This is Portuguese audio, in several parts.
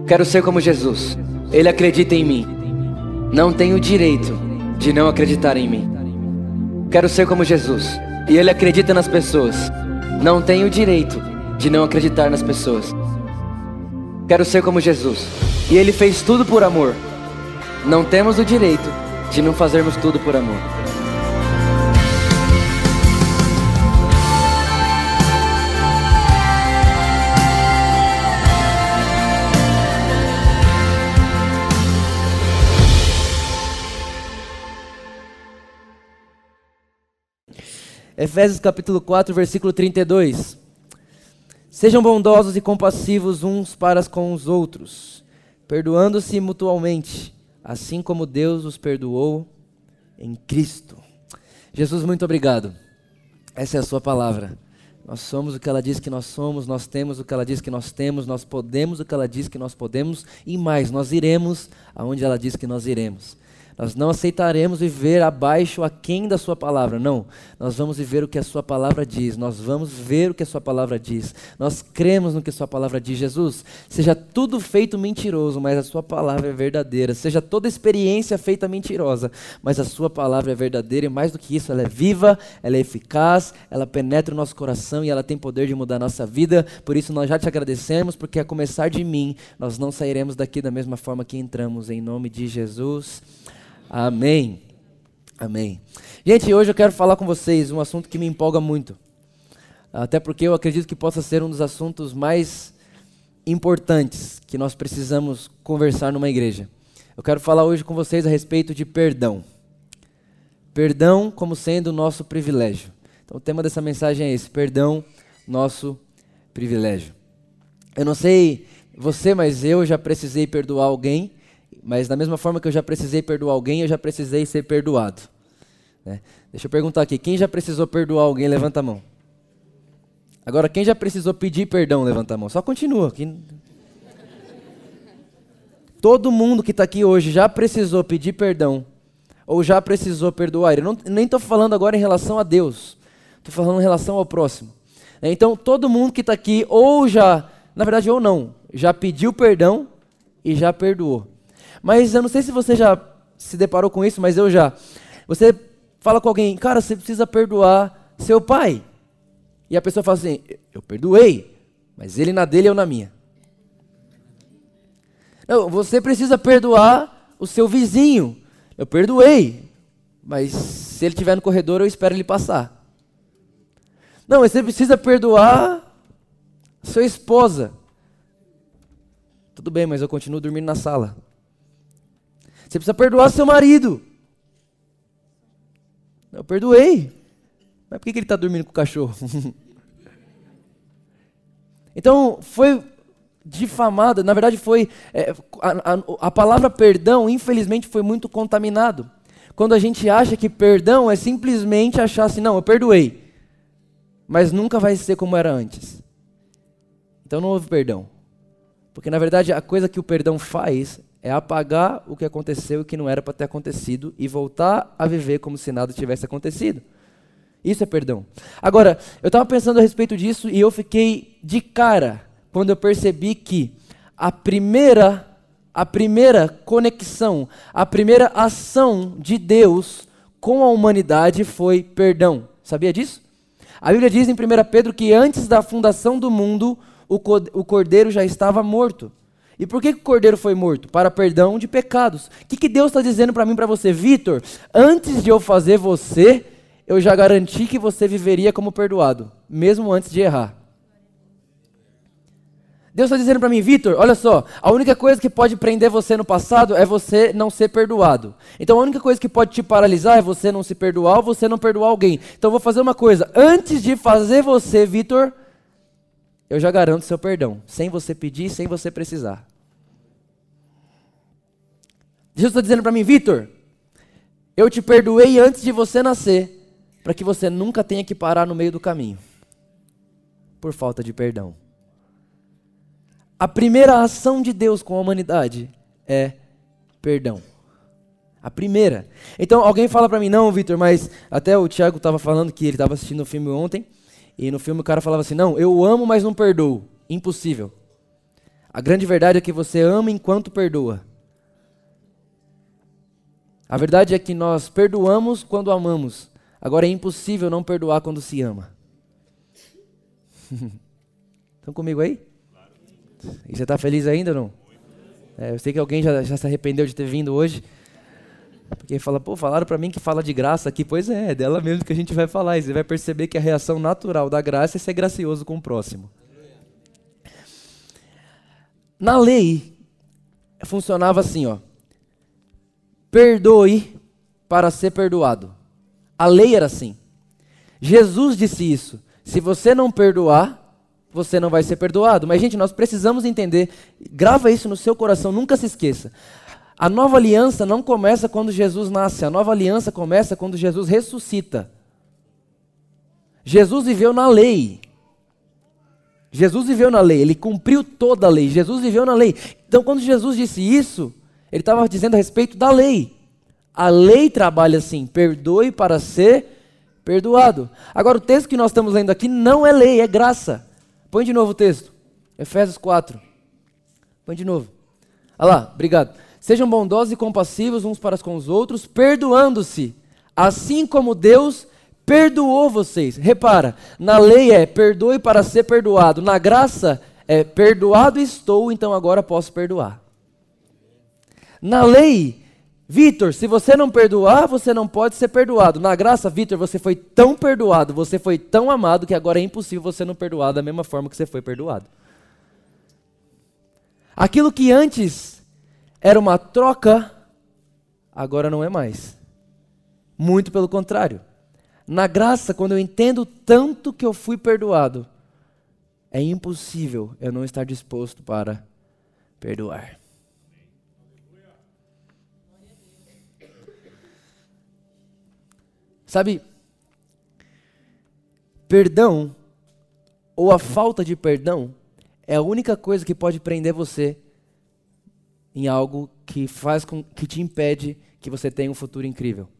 Quero ser como Jesus. Ele acredita em mim. Não tenho direito de não acreditar em mim. Quero ser como Jesus. E Ele acredita nas pessoas. Não tenho direito de não acreditar nas pessoas. Quero ser como Jesus. E Ele fez tudo por amor. Não temos o direito de não fazermos tudo por amor. Efésios capítulo 4, versículo 32. Sejam bondosos e compassivos uns para com os outros, perdoando-se mutualmente, assim como Deus os perdoou em Cristo. Jesus, muito obrigado. Essa é a sua palavra. Nós somos o que ela diz que nós somos, nós temos o que ela diz que nós temos, nós podemos o que ela diz que nós podemos e mais, nós iremos aonde ela diz que nós iremos. Nós não aceitaremos viver abaixo aquém da sua palavra, não. Nós vamos viver o que a sua palavra diz, nós vamos ver o que a sua palavra diz. Nós cremos no que a sua palavra diz. Jesus, seja tudo feito mentiroso, mas a sua palavra é verdadeira. Seja toda experiência feita mentirosa, mas a sua palavra é verdadeira e mais do que isso, ela é viva, ela é eficaz, ela penetra o nosso coração e ela tem poder de mudar a nossa vida. Por isso nós já te agradecemos, porque a começar de mim, nós não sairemos daqui da mesma forma que entramos, em nome de Jesus. Amém. Amém. Gente, hoje eu quero falar com vocês um assunto que me empolga muito. Até porque eu acredito que possa ser um dos assuntos mais importantes que nós precisamos conversar numa igreja. Eu quero falar hoje com vocês a respeito de perdão. Perdão como sendo o nosso privilégio. Então o tema dessa mensagem é esse: perdão, nosso privilégio. Eu não sei você, mas eu já precisei perdoar alguém. Mas da mesma forma que eu já precisei perdoar alguém, eu já precisei ser perdoado. Né? Deixa eu perguntar aqui, quem já precisou perdoar alguém, levanta a mão. Agora, quem já precisou pedir perdão, levanta a mão. Só continua. Todo mundo que está aqui hoje já precisou pedir perdão, ou já precisou perdoar. Eu nem estou falando agora em relação a Deus, estou falando em relação ao próximo. Então, todo mundo que está aqui, ou já, na verdade, ou não, já pediu perdão e já perdoou. Mas eu não sei se você já se deparou com isso, mas eu já. Você fala com alguém, cara, você precisa perdoar seu pai. E a pessoa fala assim, eu perdoei, mas ele na dele e eu na minha. Não, você precisa perdoar o seu vizinho. Eu perdoei, mas se ele estiver no corredor, eu espero ele passar. Não, você precisa perdoar sua esposa. Tudo bem, mas eu continuo dormindo na sala. Você precisa perdoar seu marido. Eu perdoei. Mas por que ele está dormindo com o cachorro? Então, foi difamada. Na verdade, foi... a palavra perdão, infelizmente, foi muito contaminado. Quando a gente acha que perdão é simplesmente achar assim, não, eu perdoei. Mas nunca vai ser como era antes. Então não houve perdão. Porque, na verdade, a coisa que o perdão faz é apagar o que aconteceu e que não era para ter acontecido e voltar a viver como se nada tivesse acontecido. Isso é perdão. Agora, eu estava pensando a respeito disso e eu fiquei de cara quando eu percebi que a primeira conexão, a primeira ação de Deus com a humanidade foi perdão. Sabia disso? A Bíblia diz em 1 Pedro que antes da fundação do mundo, o cordeiro já estava morto. E por que o cordeiro foi morto? Para perdão de pecados. O que Deus está dizendo para mim e para você? Vitor, antes de eu fazer você, eu já garanti que você viveria como perdoado, mesmo antes de errar. Deus está dizendo para mim, Vitor, olha só, a única coisa que pode prender você no passado é você não ser perdoado. Então a única coisa que pode te paralisar é você não se perdoar ou você não perdoar alguém. Então eu vou fazer uma coisa, antes de fazer você, Vitor, eu já garanto seu perdão, sem você pedir, sem você precisar. Jesus está dizendo para mim, Vitor, eu te perdoei antes de você nascer, para que você nunca tenha que parar no meio do caminho, por falta de perdão. A primeira ação de Deus com a humanidade é perdão. A primeira. Então alguém fala para mim, não, Vitor, mas até o Thiago estava falando que ele estava assistindo o filme ontem, e no filme o cara falava assim, não, eu amo, mas não perdoo. Impossível. A grande verdade é que você ama enquanto perdoa. A verdade é que nós perdoamos quando amamos. Agora é impossível não perdoar quando se ama. Estão comigo aí? E você está feliz ainda ou não? Eu sei que alguém já se arrependeu de ter vindo hoje. Porque fala, falaram para mim que fala de graça aqui. Pois é dela mesmo que a gente vai falar. E você vai perceber que a reação natural da graça é ser gracioso com o próximo. Na lei, funcionava assim, ó. Perdoe para ser perdoado. A lei era assim. Jesus disse isso. Se você não perdoar, você não vai ser perdoado. Mas, gente, nós precisamos entender, grava isso no seu coração, nunca se esqueça. A nova aliança não começa quando Jesus nasce, a nova aliança começa quando Jesus ressuscita. Jesus viveu na lei. Jesus viveu na lei, ele cumpriu toda a lei, Jesus viveu na lei. Então, quando Jesus disse isso, ele estava dizendo a respeito da lei. A lei trabalha assim, perdoe para ser perdoado. Agora, o texto que nós estamos lendo aqui não é lei, é graça. Põe de novo o texto, Efésios 4. Põe de novo. Olha lá, obrigado. Sejam bondosos e compassivos uns para com os outros, perdoando-se, assim como Deus perdoou vocês. Repara, na lei é perdoe para ser perdoado. Na graça é perdoado estou, então agora posso perdoar. Na lei, Vitor, se você não perdoar, você não pode ser perdoado. Na graça, Vitor, você foi tão perdoado, você foi tão amado, que agora é impossível você não perdoar da mesma forma que você foi perdoado. Aquilo que antes era uma troca, agora não é mais. Muito pelo contrário. Na graça, quando eu entendo tanto que eu fui perdoado, é impossível eu não estar disposto para perdoar. Sabe, perdão, ou a falta de perdão, é a única coisa que pode prender você em algo que te impede que você tenha um futuro incrível.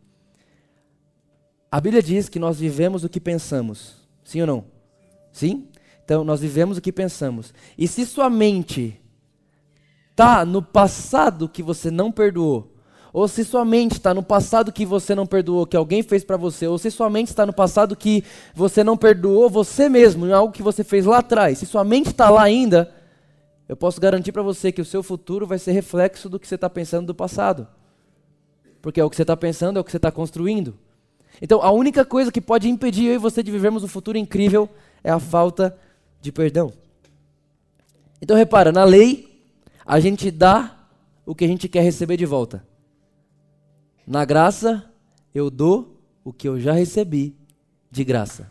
A Bíblia diz que nós vivemos o que pensamos. Sim ou não? Sim? Então, nós vivemos o que pensamos. E se sua mente está no passado que você não perdoou, ou se sua mente está no passado que você não perdoou, que alguém fez para você, ou se sua mente está no passado que você não perdoou você mesmo, em algo que você fez lá atrás, se sua mente está lá ainda, eu posso garantir para você que o seu futuro vai ser reflexo do que você está pensando do passado. Porque é o que você está pensando, é o que você está construindo. Então, a única coisa que pode impedir eu e você de vivermos um futuro incrível é a falta de perdão. Então, repara, na lei, a gente dá o que a gente quer receber de volta. Na graça, eu dou o que eu já recebi de graça.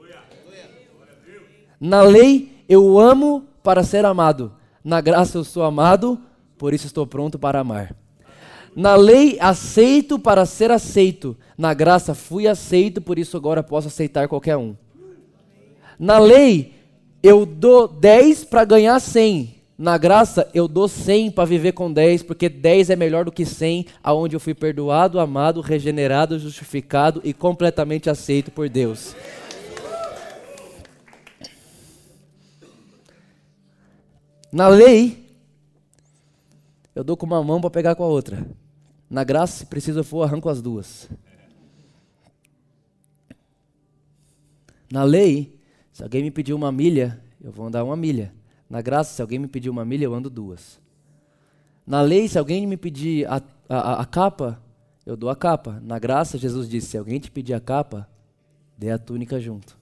Na lei, eu amo para ser amado. Na graça, eu sou amado, por isso estou pronto para amar. Na lei, aceito para ser aceito. Na graça, fui aceito, por isso agora posso aceitar qualquer um. Na lei, eu dou 10 para ganhar 100. Na graça, eu dou 100 para viver com 10, porque 10 é melhor do que 100, aonde eu fui perdoado, amado, regenerado, justificado e completamente aceito por Deus. Na lei, eu dou com uma mão para pegar com a outra. Na graça, se preciso for, arranco as duas. Na lei, se alguém me pedir 1 milha, eu vou andar 1 milha. Na graça, se alguém me pedir 1 milha, eu ando 2. Na lei, se alguém me pedir a capa, eu dou a capa. Na graça, Jesus disse, se alguém te pedir a capa, dê a túnica junto.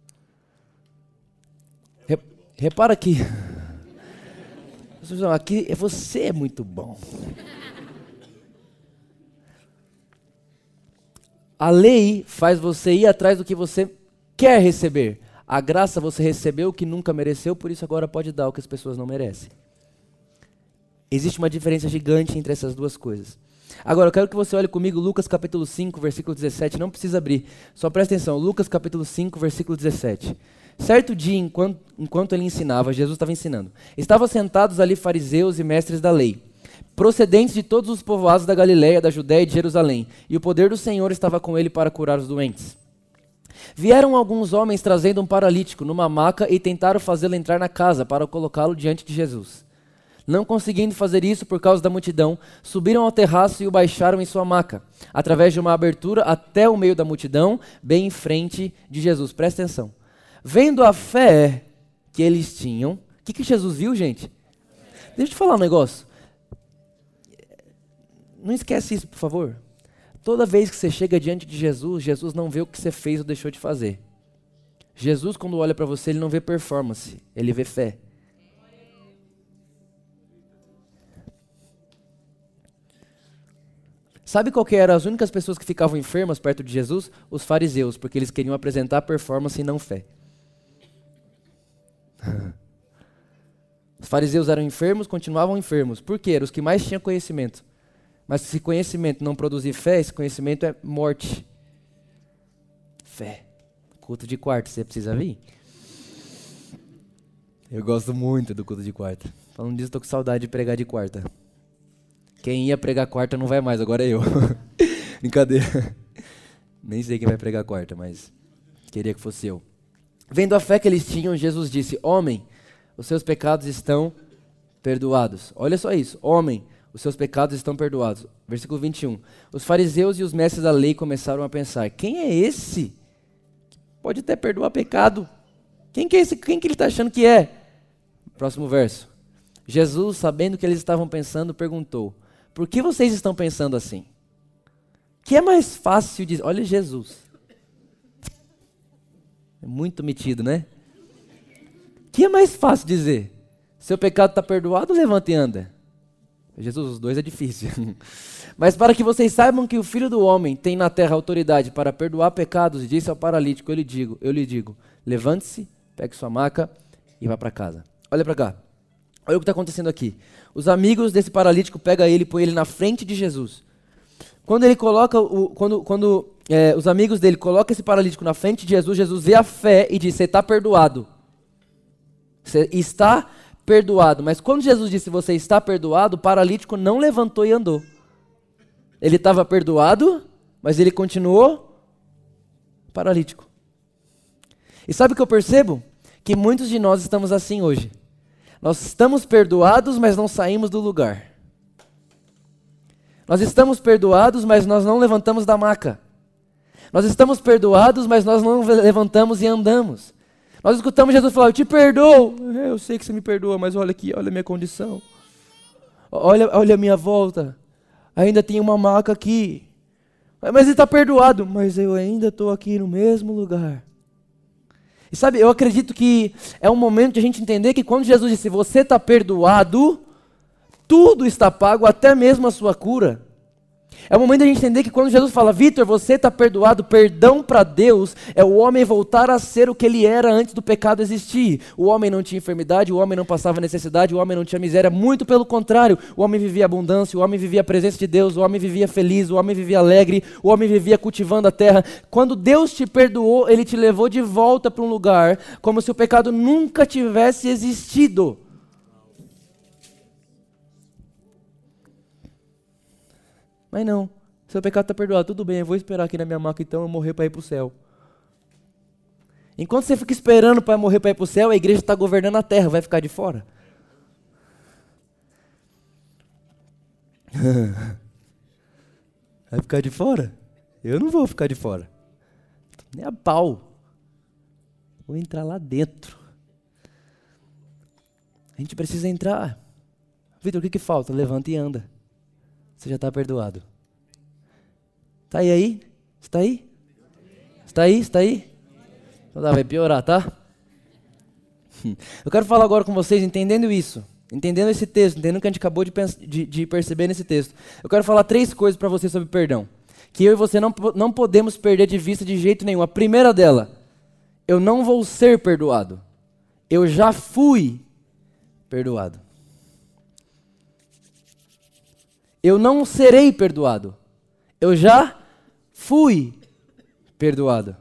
Repara aqui. Aqui, você é muito bom. A lei faz você ir atrás do que você quer receber. A graça você recebeu o que nunca mereceu, por isso agora pode dar o que as pessoas não merecem. Existe uma diferença gigante entre essas duas coisas. Agora, eu quero que você olhe comigo Lucas capítulo 5, versículo 17. Não precisa abrir, só presta atenção. Lucas capítulo 5, versículo 17. Certo dia, enquanto ele ensinava, Jesus estava ensinando. Estavam sentados ali fariseus e mestres da lei, procedentes de todos os povoados da Galiléia, da Judéia e de Jerusalém. E o poder do Senhor estava com ele para curar os doentes. Vieram alguns homens trazendo um paralítico numa maca e tentaram fazê-lo entrar na casa para colocá-lo diante de Jesus. Não conseguindo fazer isso por causa da multidão, subiram ao terraço e o baixaram em sua maca, através de uma abertura até o meio da multidão, bem em frente de Jesus. Presta atenção. Vendo a fé que eles tinham, o que Jesus viu, gente? Deixa eu te falar um negócio. Não esquece isso, por favor. Toda vez que você chega diante de Jesus, Jesus não vê o que você fez ou deixou de fazer. Jesus, quando olha para você, ele não vê performance, ele vê fé. Sabe qual que eram as únicas pessoas que ficavam enfermas perto de Jesus? Os fariseus, porque eles queriam apresentar performance e não fé. Os fariseus eram enfermos, continuavam enfermos. Por quê? Eram os que mais tinham conhecimento. Mas se conhecimento não produzir fé, esse conhecimento é morte. Fé. Culto de quarta, você precisa vir? Eu gosto muito do culto de quarta. Falando disso, estou com saudade de pregar de quarta. Quem ia pregar quarta não vai mais, agora é eu. Brincadeira. Nem sei quem vai pregar quarta, mas queria que fosse eu. Vendo a fé que eles tinham, Jesus disse: homem, os seus pecados estão perdoados. Olha só isso. Homem, os seus pecados estão perdoados. Versículo 21. Os fariseus e os mestres da lei começaram a pensar: quem é esse? Pode até perdoar pecado. Quem que é esse? Quem que ele está achando que é? Próximo verso. Jesus, sabendo o que eles estavam pensando, perguntou: por que vocês estão pensando assim? Que é mais fácil dizer? Olha Jesus. É muito metido, né? Que é mais fácil dizer? Seu pecado está perdoado, levanta e anda. Jesus, os dois é difícil. Mas para que vocês saibam que o Filho do Homem tem na terra autoridade para perdoar pecados, disse ao paralítico: eu lhe digo, levante-se, pegue sua maca e vá para casa. Olha para cá. Olha o que está acontecendo aqui. Os amigos desse paralítico pegam ele e põem ele na frente de Jesus. Quando ele coloca, os amigos dele colocam esse paralítico na frente de Jesus, Jesus vê a fé e diz: você está perdoado. Você está perdoado. Mas quando Jesus disse: você está perdoado, o paralítico não levantou e andou. Ele estava perdoado, mas ele continuou paralítico. E sabe o que eu percebo? Que muitos de nós estamos assim hoje. Nós estamos perdoados, mas não saímos do lugar. Nós estamos perdoados, mas nós não levantamos da maca. Nós estamos perdoados, mas nós não levantamos e andamos. Nós escutamos Jesus falar: eu te perdoo. Eu sei que você me perdoa, mas olha aqui, olha a minha condição. Olha a minha volta. Ainda tem uma maca aqui. Mas ele está perdoado. Mas eu ainda estou aqui no mesmo lugar. E sabe, eu acredito que é um momento de a gente entender que quando Jesus disse: você está perdoado, tudo está pago, até mesmo a sua cura. É o momento de a gente entender que quando Jesus fala: Vitor, você está perdoado, perdão para Deus, é o homem voltar a ser o que ele era antes do pecado existir. O homem não tinha enfermidade, o homem não passava necessidade, o homem não tinha miséria, muito pelo contrário. O homem vivia abundância, o homem vivia a presença de Deus, o homem vivia feliz, o homem vivia alegre, o homem vivia cultivando a terra. Quando Deus te perdoou, ele te levou de volta para um lugar como se o pecado nunca tivesse existido. Mas não, seu pecado está perdoado, tudo bem, eu vou esperar aqui na minha maca então eu morrer para ir para o céu. Enquanto você fica esperando para morrer para ir para o céu, a igreja está governando a terra, vai ficar de fora? Vai ficar de fora? Eu não vou ficar de fora. Nem a pau. Vou entrar lá dentro. A gente precisa entrar. Vitor, o que falta? Levanta e anda. Você já está perdoado. Está aí? Está aí? Está aí? Está aí? Então vai piorar, tá? Eu quero falar agora com vocês, entendendo isso, entendendo esse texto, entendendo o que a gente acabou de perceber nesse texto. Eu quero falar 3 coisas para vocês sobre perdão, que eu e você não podemos perder de vista de jeito nenhum. A primeira dela: eu não vou ser perdoado. Eu já fui perdoado. Eu não serei perdoado. Eu já fui perdoado.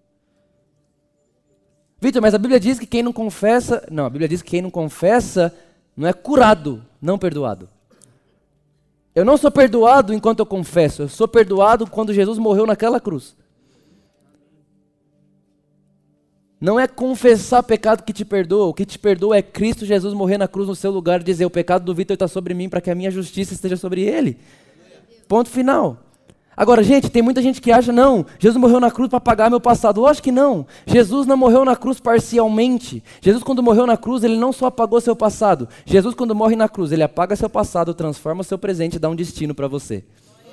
Vitor, mas a Bíblia diz que quem não confessa... Não, a Bíblia diz que quem não confessa não é curado, não perdoado. Eu não sou perdoado enquanto eu confesso. Eu sou perdoado quando Jesus morreu naquela cruz. Não é confessar pecado que te perdoa. O que te perdoa é Cristo Jesus morrer na cruz no seu lugar e dizer: o pecado do Vitor está sobre mim para que a minha justiça esteja sobre ele. Ponto final. Agora, gente, tem muita gente que acha: não, Jesus morreu na cruz para pagar meu passado. Lógico que não. Jesus não morreu na cruz parcialmente. Jesus, quando morreu na cruz, ele não só apagou seu passado. Jesus, quando morre na cruz, ele apaga seu passado, transforma seu presente e dá um destino para você.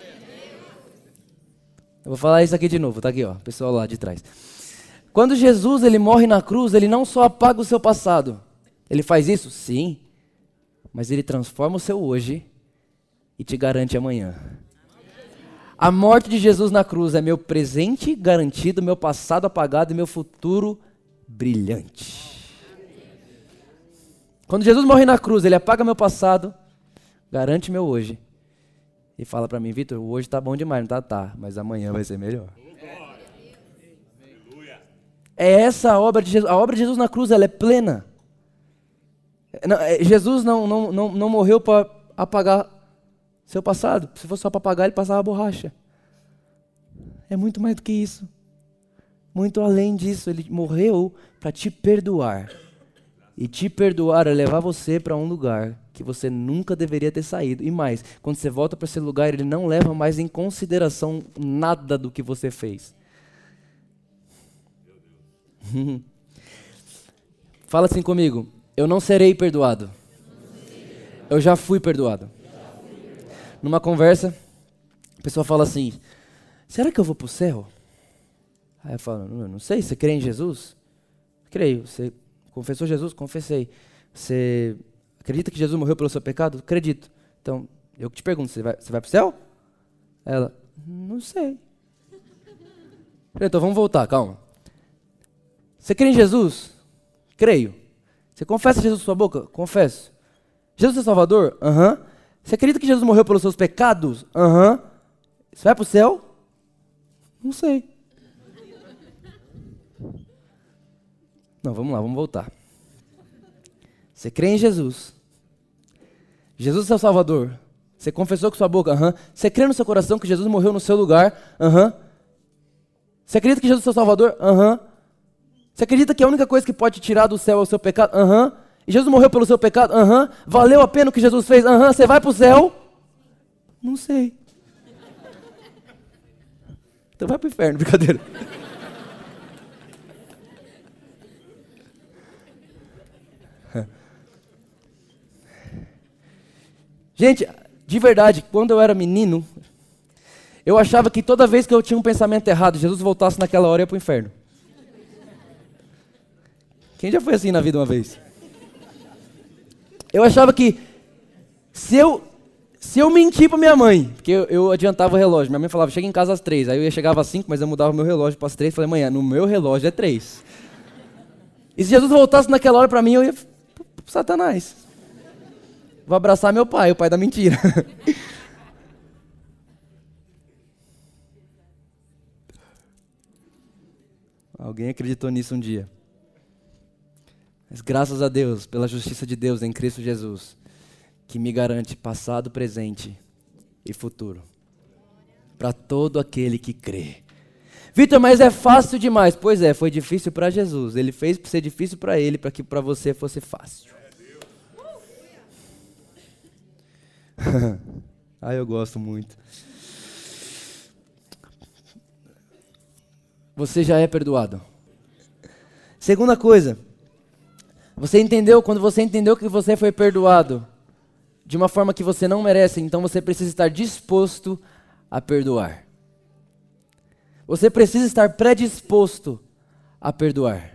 Eu vou falar isso aqui de novo, tá aqui, ó, pessoal lá de trás. Quando Jesus ele morre na cruz, ele não só apaga o seu passado. Ele faz isso? Sim. Mas ele transforma o seu hoje e te garante amanhã. A morte de Jesus na cruz é meu presente garantido, meu passado apagado e meu futuro brilhante. Quando Jesus morre na cruz, ele apaga meu passado, garante meu hoje. E fala para mim: Vitor, hoje tá bom demais, não tá? Tá, mas amanhã vai ser melhor. É essa a obra de Jesus. A obra de Jesus na cruz, ela é plena. Jesus não morreu para apagar seu passado. Se fosse só para apagar, ele passava a borracha. É muito mais do que isso. Muito além disso, ele morreu para te perdoar. E te perdoar é levar você para um lugar que você nunca deveria ter saído. E mais, quando você volta para esse lugar, ele não leva mais em consideração nada do que você fez. Fala assim comigo: eu não serei perdoado. Eu já fui perdoado. Numa conversa, a pessoa fala assim: será que eu vou para o céu? Aí eu falo: não sei, você crê em Jesus? Creio. Você confessou Jesus? Confessei. Você acredita que Jesus morreu pelo seu pecado? Acredito. Então, eu te pergunto: você vai para o céu? Ela: não sei. Então vamos voltar, calma. Você crê em Jesus? Creio. Você confessa Jesus com sua boca? Confesso. Jesus é Salvador? Aham. Você acredita que Jesus morreu pelos seus pecados? Aham. Você vai para o céu? Não sei. Não, vamos lá, vamos voltar. Você crê em Jesus? Jesus é seu Salvador? Você confessou com sua boca? Aham. Você crê no seu coração que Jesus morreu no seu lugar? Aham. Você acredita que Jesus é seu Salvador? Aham. Você acredita que a única coisa que pode tirar do céu é o seu pecado? Aham. E Jesus morreu pelo seu pecado? Aham. Valeu a pena o que Jesus fez? Aham. Você vai para o céu? Não sei. Então vai para o inferno, brincadeira. Gente, de verdade, quando eu era menino, eu achava que toda vez que eu tinha um pensamento errado, Jesus voltasse naquela hora e ia para o inferno. Quem já foi assim na vida uma vez? Eu achava que se eu mentir para minha mãe, porque eu adiantava o relógio, minha mãe falava: chega em casa às 3, aí eu chegava às 5, mas eu mudava meu relógio para as 3, falei: amanhã, no meu relógio é 3. E se Jesus voltasse naquela hora para mim, eu ia pro Satanás. Vou abraçar meu pai, o pai da mentira. Alguém acreditou nisso um dia. Mas graças a Deus, pela justiça de Deus em Cristo Jesus, que me garante passado, presente e futuro. Para todo aquele que crê. Vitor, mas é fácil demais. Pois é, foi difícil para Jesus. Ele fez para ser difícil para ele, para que para você fosse fácil. Eu gosto muito. Você já é perdoado. Segunda coisa. Quando você entendeu que você foi perdoado de uma forma que você não merece, então você precisa estar disposto a perdoar. Você precisa estar predisposto a perdoar.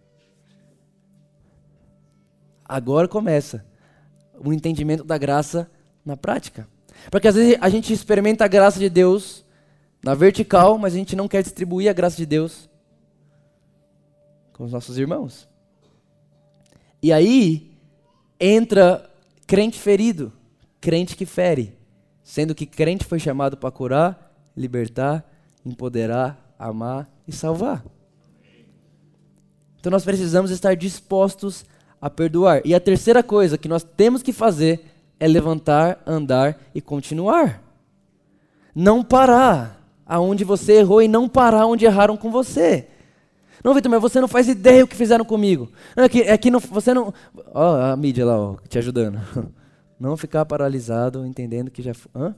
Agora começa o entendimento da graça na prática. Porque às vezes a gente experimenta a graça de Deus na vertical, mas a gente não quer distribuir a graça de Deus com os nossos irmãos. E aí entra crente ferido, crente que fere, sendo que crente foi chamado para curar, libertar, empoderar, amar e salvar. Então nós precisamos estar dispostos a perdoar. E a terceira coisa que nós temos que fazer é levantar, andar e continuar. Não parar aonde você errou e não parar onde erraram com você. Não, Vitor, mas você não faz ideia o que fizeram comigo. Não, é que não, você não... Ó, a mídia lá, ó, te ajudando. Não ficar paralisado, entendendo que já... Hã?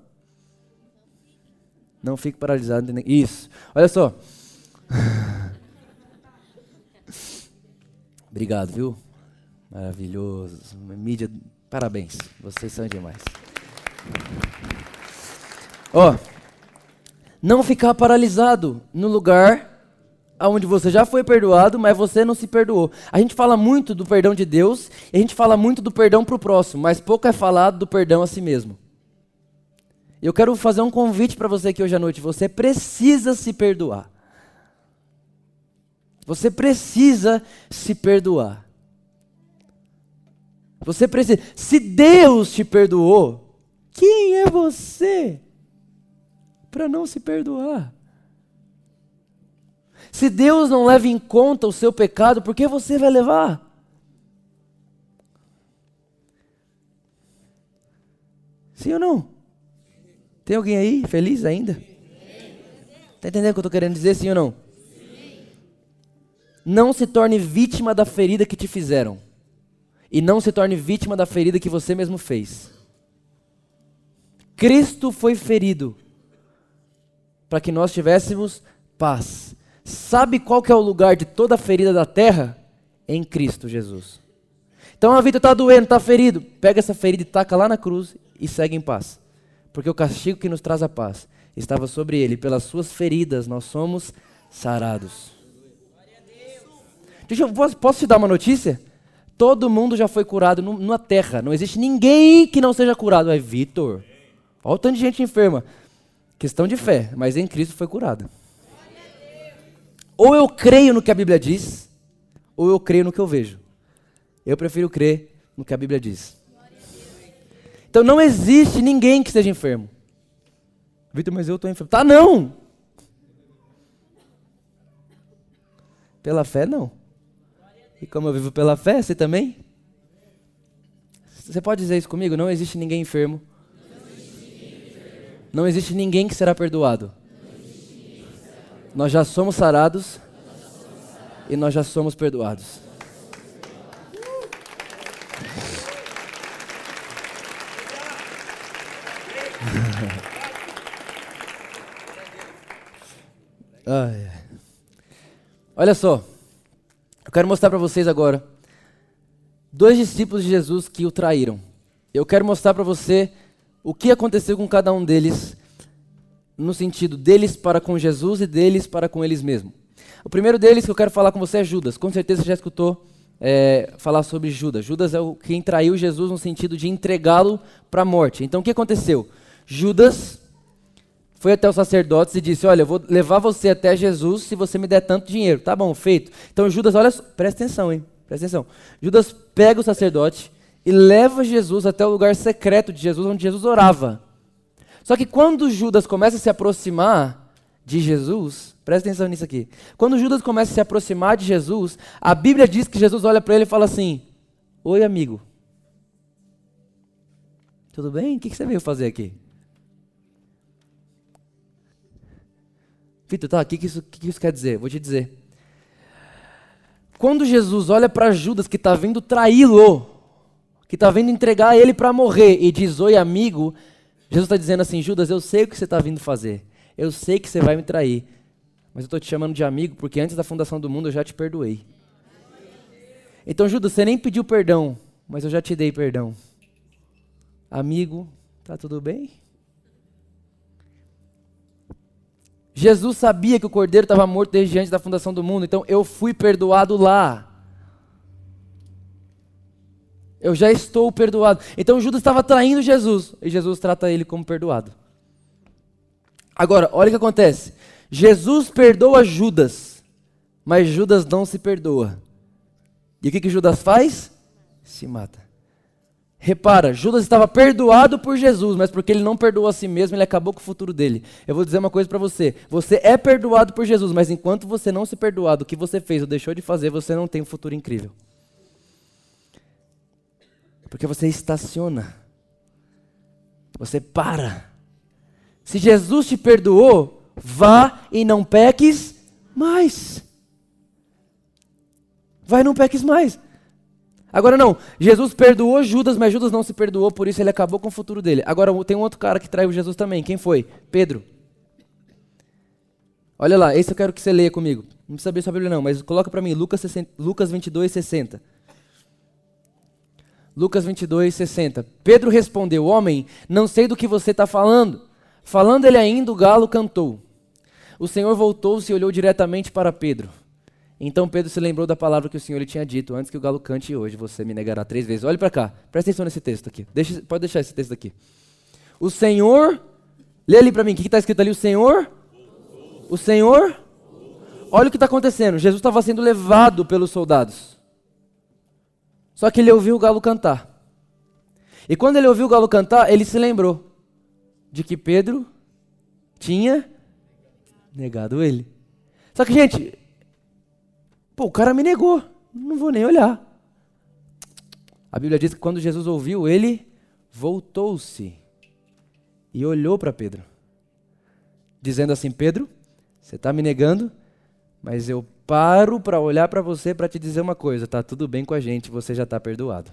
Não fique paralisado, entendendo... Isso. Olha só. Obrigado, viu? Maravilhoso. Mídia, parabéns. Vocês são demais. Ó, não ficar paralisado no lugar onde você já foi perdoado, mas você não se perdoou. A gente fala muito do perdão de Deus, e a gente fala muito do perdão para o próximo, mas pouco é falado do perdão a si mesmo. Eu quero fazer um convite para você aqui hoje à noite. Você precisa se perdoar. Você precisa se perdoar. Você precisa. Se Deus te perdoou, quem é você para não se perdoar? Se Deus não leva em conta o seu pecado, por que você vai levar? Sim ou não? Tem alguém aí feliz ainda? Está entendendo o que eu estou querendo dizer, sim ou não? Não se torne vítima da ferida que te fizeram. E não se torne vítima da ferida que você mesmo fez. Cristo foi ferido para que nós tivéssemos paz. Sabe qual que é o lugar de toda a ferida da terra? Em Cristo Jesus. Então a vida está doendo, está ferido. Pega essa ferida e taca lá na cruz e segue em paz. Porque o castigo que nos traz a paz estava sobre ele. Pelas suas feridas nós somos sarados. Posso te dar uma notícia? Todo mundo já foi curado na terra. Não existe ninguém que não seja curado. É Vitor. Olha o tanto de gente enferma. Questão de fé, mas em Cristo foi curado. Ou eu creio no que a Bíblia diz, ou eu creio no que eu vejo. Eu prefiro crer no que a Bíblia diz. Então não existe ninguém que esteja enfermo. Vitor, mas eu estou enfermo. Tá, não! Pela fé, não. E como eu vivo pela fé, você também? Você pode dizer isso comigo? Não existe ninguém enfermo. Não existe ninguém que será perdoado. Nós já somos sarados e nós já somos perdoados. Olha só, eu quero mostrar para vocês agora 2 discípulos de Jesus que o traíram. Eu quero mostrar para você o que aconteceu com cada um deles, no sentido deles para com Jesus e deles para com eles mesmos. O primeiro deles que eu quero falar com você é Judas. Com certeza você já escutou falar sobre Judas. Judas é quem traiu Jesus no sentido de entregá-lo para a morte. Então o que aconteceu? Judas foi até os sacerdotes e disse, olha, eu vou levar você até Jesus se você me der tanto dinheiro. Tá bom, feito. Então Judas, olha, presta atenção, hein? Presta atenção. Judas pega o sacerdote e leva Jesus até o lugar secreto de Jesus, onde Jesus orava. Só que quando Judas começa a se aproximar de Jesus, presta atenção nisso aqui. Quando Judas começa a se aproximar de Jesus, a Bíblia diz que Jesus olha para ele e fala assim, oi amigo, tudo bem? O que você veio fazer aqui? Vitor, tá, o que isso quer dizer? Vou te dizer. Quando Jesus olha para Judas que está vindo traí-lo, que está vindo entregar ele para morrer e diz, oi amigo, Jesus está dizendo assim, Judas, eu sei o que você está vindo fazer. Eu sei que você vai me trair. Mas eu estou te chamando de amigo porque antes da fundação do mundo eu já te perdoei. Então, Judas, você nem pediu perdão, mas eu já te dei perdão. Amigo, tá tudo bem? Jesus sabia que o cordeiro estava morto desde antes da fundação do mundo, então eu fui perdoado lá. Eu já estou perdoado. Então Judas estava traindo Jesus, e Jesus trata ele como perdoado. Agora, olha o que acontece. Jesus perdoa Judas, mas Judas não se perdoa. E o que Judas faz? Se mata. Repara, Judas estava perdoado por Jesus, mas porque ele não perdoou a si mesmo, ele acabou com o futuro dele. Eu vou dizer uma coisa para você. Você é perdoado por Jesus, mas enquanto você não se perdoar do que você fez ou deixou de fazer, você não tem um futuro incrível. Porque você estaciona. Você para. Se Jesus te perdoou, vá e não peques mais. Vai, não peques mais. Agora não, Jesus perdoou Judas, mas Judas não se perdoou, por isso ele acabou com o futuro dele. Agora tem um outro cara que traiu Jesus também, quem foi? Pedro. Olha lá, esse eu quero que você leia comigo. Não precisa saber sua Bíblia não, mas coloca para mim, Lucas 22, 60. Lucas 22, 60. Pedro respondeu, homem, não sei do que você está falando. Falando ele ainda, o galo cantou. O Senhor voltou-se e olhou diretamente para Pedro. Então Pedro se lembrou da palavra que o Senhor lhe tinha dito, antes que o galo cante hoje, você me negará 3 vezes. Olhe para cá, presta atenção nesse texto aqui. Pode deixar esse texto aqui. O Senhor, lê ali para mim, o que está escrito ali? O Senhor, olha o que está acontecendo. Jesus estava sendo levado pelos soldados. Só que ele ouviu o galo cantar. E quando ele ouviu o galo cantar, ele se lembrou de que Pedro tinha negado ele. Só que, gente, o cara me negou, não vou nem olhar. A Bíblia diz que quando Jesus ouviu, ele voltou-se e olhou para Pedro, dizendo assim, Pedro, você está me negando, mas eu paro para olhar para você para te dizer uma coisa, tá tudo bem com a gente, você já está perdoado.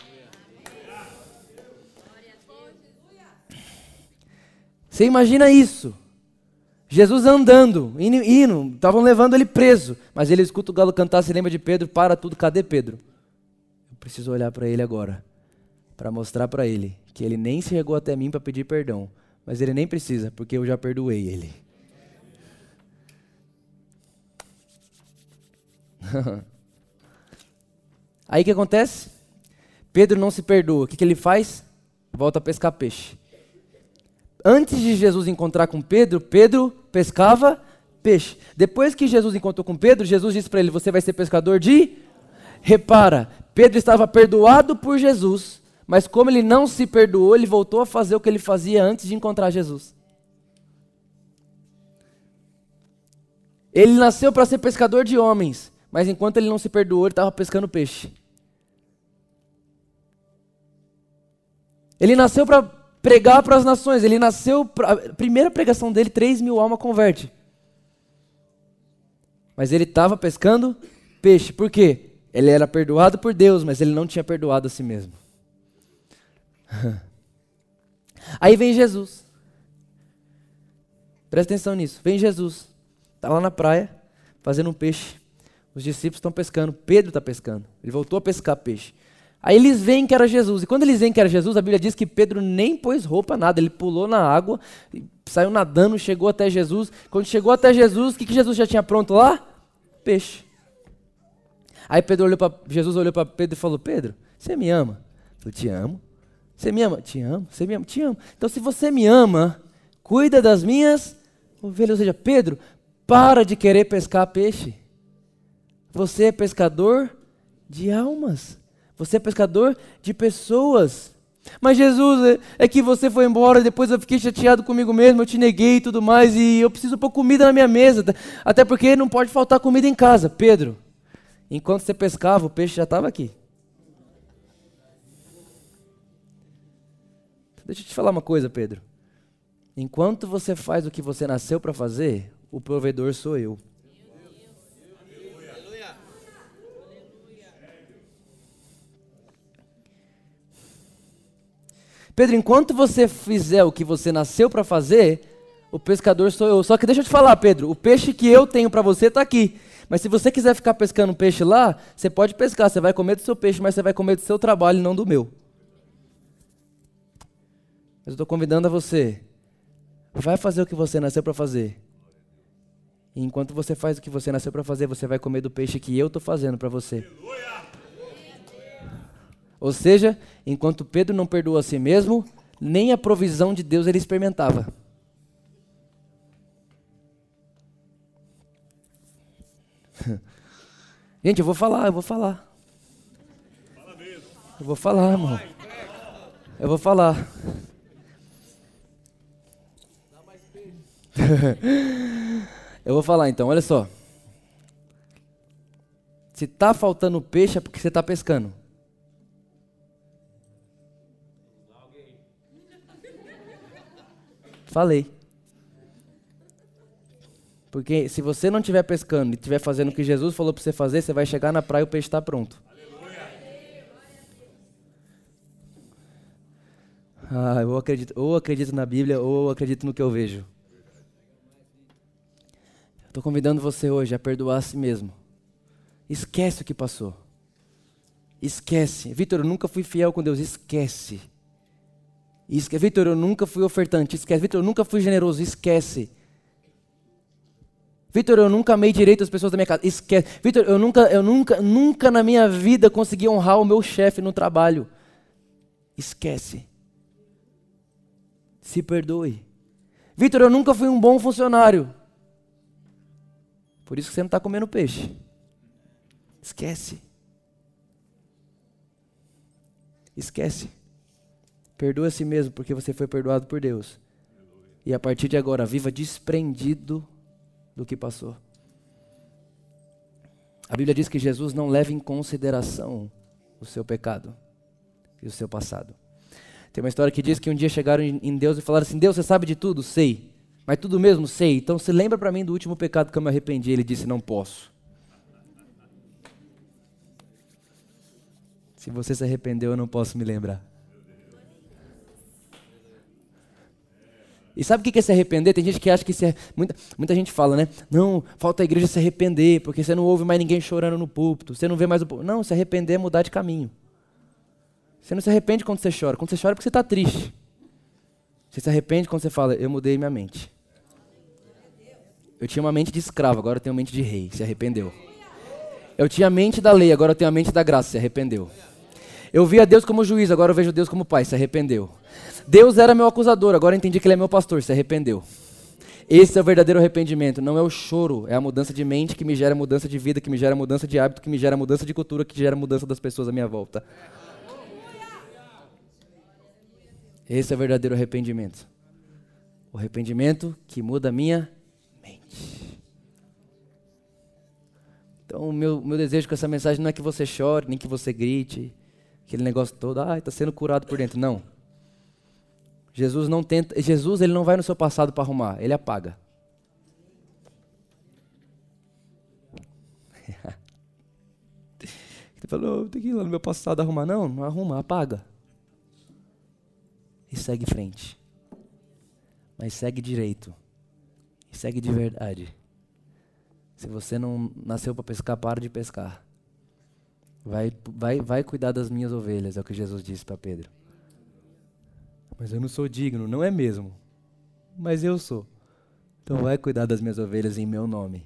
Você imagina isso? Jesus andando, indo, estavam levando ele preso, mas ele escuta o galo cantar, se lembra de Pedro, para tudo, cadê Pedro? Eu preciso olhar para ele agora, para mostrar para ele que ele nem chegou até mim para pedir perdão, mas ele nem precisa, porque eu já perdoei ele. Aí o que acontece? Pedro não se perdoa, o que ele faz? Volta a pescar peixe. Antes de Jesus encontrar com Pedro, Pedro pescava peixe. Depois que Jesus encontrou com Pedro, Jesus disse para ele, você vai ser pescador de... Repara, Pedro estava perdoado por Jesus, mas como ele não se perdoou, ele voltou a fazer o que ele fazia antes de encontrar Jesus. Ele nasceu para ser pescador de homens, mas enquanto ele não se perdoou, ele estava pescando peixe. Ele nasceu para pregar para as nações, ele nasceu, a primeira pregação dele, 3.000 almas converte. Mas ele estava pescando peixe, por quê? Ele era perdoado por Deus, mas ele não tinha perdoado a si mesmo. Aí vem Jesus. Presta atenção nisso, vem Jesus, está lá na praia, fazendo um peixe. Os discípulos estão pescando, Pedro está pescando, ele voltou a pescar peixe. Aí eles veem que era Jesus, e quando eles veem que era Jesus, a Bíblia diz que Pedro nem pôs roupa, nada, ele pulou na água, saiu nadando, chegou até Jesus. Quando chegou até Jesus, o que Jesus já tinha pronto lá? Peixe. Aí Jesus olhou para Pedro e falou, Pedro, você me ama? Eu falei, te amo. Você me ama? Te amo. Você me ama? Te amo. Então se você me ama, cuida das minhas ovelhas. Ou seja, Pedro, para de querer pescar peixe. Você é pescador de almas. Você é pescador de pessoas. Mas Jesus, é que você foi embora, depois eu fiquei chateado comigo mesmo, eu te neguei e tudo mais, e eu preciso pôr comida na minha mesa, até porque não pode faltar comida em casa. Pedro, enquanto você pescava, o peixe já estava aqui. Deixa eu te falar uma coisa, Pedro. Enquanto você faz o que você nasceu para fazer, o provedor sou eu. Pedro, enquanto você fizer o que você nasceu para fazer, o pescador sou eu. Só que deixa eu te falar, Pedro, o peixe que eu tenho para você está aqui. Mas se você quiser ficar pescando peixe lá, você pode pescar, você vai comer do seu peixe, mas você vai comer do seu trabalho e não do meu. Mas eu estou convidando a você, vai fazer o que você nasceu para fazer. E enquanto você faz o que você nasceu para fazer, você vai comer do peixe que eu estou fazendo para você. Ou seja, enquanto Pedro não perdoou a si mesmo, nem a provisão de Deus ele experimentava. Gente, eu vou falar. Eu vou falar, irmão. Eu vou falar. Eu vou falar então, olha só. Se está faltando peixe é porque você está pescando. Falei. Porque se você não estiver pescando e estiver fazendo o que Jesus falou para você fazer, você vai chegar na praia e o peixe está pronto. Ou acredito na Bíblia, ou acredito no que eu vejo. Estou convidando você hoje a perdoar a si mesmo. Esquece o que passou. Esquece. Vitor, eu nunca fui fiel com Deus. Esquece. Vitor, eu nunca fui ofertante. Esquece. Vitor, eu nunca fui generoso. Esquece. Vitor, eu nunca amei direito as pessoas da minha casa. Esquece. Vitor, eu nunca na minha vida consegui honrar o meu chefe no trabalho. Esquece. Se perdoe. Vitor, eu nunca fui um bom funcionário. Por isso que você não está comendo peixe. Esquece. Esquece. Perdoa a si mesmo, porque você foi perdoado por Deus. E a partir de agora, viva desprendido do que passou. A Bíblia diz que Jesus não leva em consideração o seu pecado e o seu passado. Tem uma história que diz que um dia chegaram em Deus e falaram assim: Deus, você sabe de tudo? Sei. Mas tudo mesmo? Sei. Então se lembra para mim do último pecado que eu me arrependi. Ele disse: não posso. Se você se arrependeu, eu não posso me lembrar. E sabe o que é se arrepender? Tem gente que acha que muita gente fala, né? Não, falta a igreja se arrepender, porque você não ouve mais ninguém chorando no púlpito, você não vê mais o púlpito. Não, se arrepender é mudar de caminho. Você não se arrepende quando você chora. Quando você chora é porque você está triste. Você se arrepende quando você fala: eu mudei minha mente. Eu tinha uma mente de escravo, agora eu tenho uma mente de rei. Se arrependeu. Eu tinha a mente da lei, agora eu tenho a mente da graça. Se arrependeu. Eu via Deus como juiz, agora eu vejo Deus como pai. Se arrependeu. Deus era meu acusador, agora eu entendi que Ele é meu pastor. Se arrependeu. Esse é o verdadeiro arrependimento. Não é o choro, é a mudança de mente que me gera mudança de vida, que me gera mudança de hábito, que me gera mudança de cultura, que gera mudança das pessoas à minha volta. Esse é o verdadeiro arrependimento. O arrependimento que muda a minha mente. Então o meu desejo com essa mensagem não é que você chore, nem que você grite, aquele negócio todo, está sendo curado por dentro. Não. Jesus ele não vai no seu passado para arrumar, Ele apaga. Ele falou: tem que ir lá no meu passado arrumar. Não arruma, apaga. E segue em frente. Mas segue direito. E segue de verdade. Se você não nasceu para pescar, para de pescar. Vai cuidar das minhas ovelhas, é o que Jesus disse para Pedro. Mas eu não sou digno, não é mesmo. Mas eu sou. Então vai cuidar das minhas ovelhas em meu nome.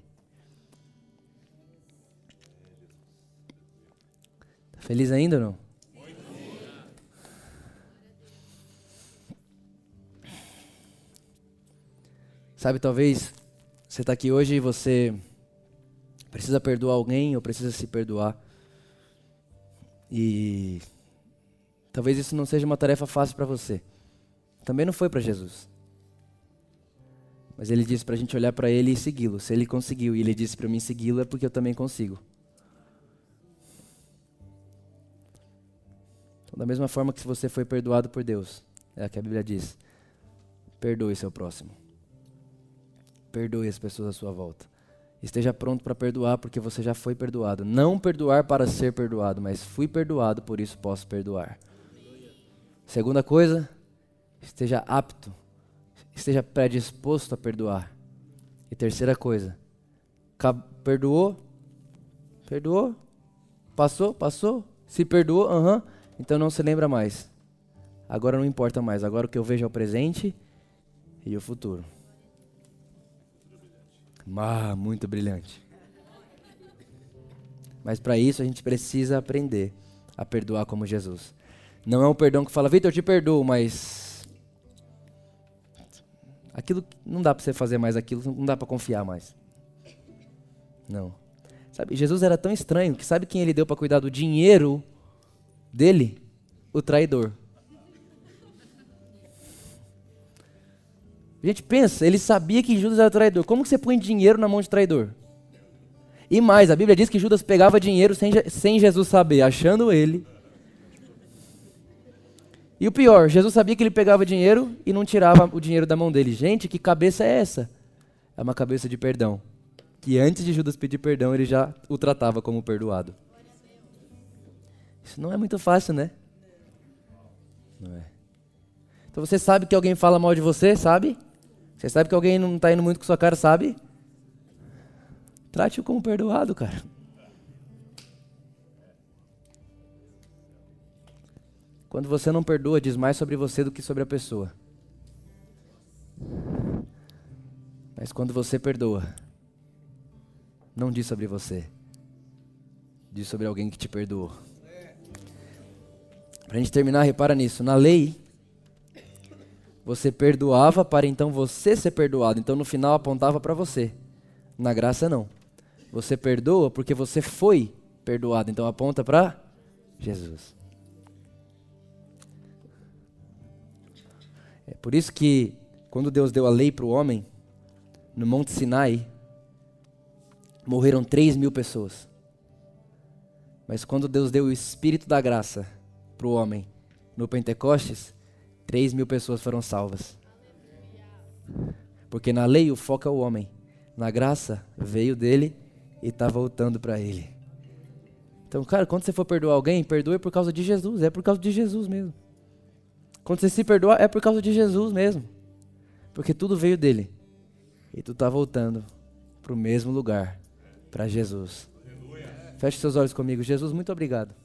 Tá feliz ainda ou não? Sabe, talvez você está aqui hoje e você precisa perdoar alguém ou precisa se perdoar. E talvez isso não seja uma tarefa fácil para você. Também não foi para Jesus. Mas Ele disse para a gente olhar para Ele e segui-lo. Se Ele conseguiu e Ele disse para mim segui-lo, é porque eu também consigo. Então, da mesma forma que se você foi perdoado por Deus, é o que a Bíblia diz: perdoe seu próximo. Perdoe as pessoas à sua volta. Esteja pronto para perdoar, porque você já foi perdoado. Não perdoar para ser perdoado, mas fui perdoado, por isso posso perdoar. Segunda coisa, esteja apto, esteja predisposto a perdoar. E terceira coisa, perdoou? Perdoou? Passou? Se perdoou? Então não se lembra mais. Agora não importa mais, agora o que eu vejo é o presente e o futuro. Muito brilhante. Mas para isso a gente precisa aprender a perdoar como Jesus. Não é um perdão que fala: Vitor, eu te perdoo, mas aquilo não dá para você fazer mais aquilo, não dá para confiar mais. Não. Sabe, Jesus era tão estranho que sabe quem Ele deu para cuidar do dinheiro dele? O traidor. A gente pensa, Ele sabia que Judas era traidor. Como que você põe dinheiro na mão de traidor? E mais, a Bíblia diz que Judas pegava dinheiro sem Jesus saber, achando ele. E o pior, Jesus sabia que ele pegava dinheiro e não tirava o dinheiro da mão dele. Gente, que cabeça é essa? é uma cabeça de perdão. Que antes de Judas pedir perdão, ele já o tratava como perdoado. Isso não é muito fácil, né? Não é. Então você sabe que alguém fala mal de você, sabe? Você sabe que alguém não está indo muito com sua cara, sabe? Trate-o como perdoado, cara. Quando você não perdoa, diz mais sobre você do que sobre a pessoa. Mas quando você perdoa, não diz sobre você. Diz sobre alguém que te perdoou. Pra gente terminar, repara nisso. Na lei, você perdoava para então você ser perdoado. Então no final apontava para você. Na graça não. Você perdoa porque você foi perdoado. Então aponta para Jesus. É por isso que quando Deus deu a lei para o homem, no Monte Sinai, morreram 3.000 pessoas. Mas quando Deus deu o Espírito da graça para o homem, no Pentecostes, 3.000 pessoas foram salvas. Porque na lei o foco é o homem. Na graça veio dele e está voltando para ele. Então, cara, quando você for perdoar alguém, perdoe por causa de Jesus. É por causa de Jesus mesmo. Quando você se perdoa, é por causa de Jesus mesmo. Porque tudo veio dele. E tu está voltando para o mesmo lugar, para Jesus. Feche seus olhos comigo. Jesus, muito obrigado.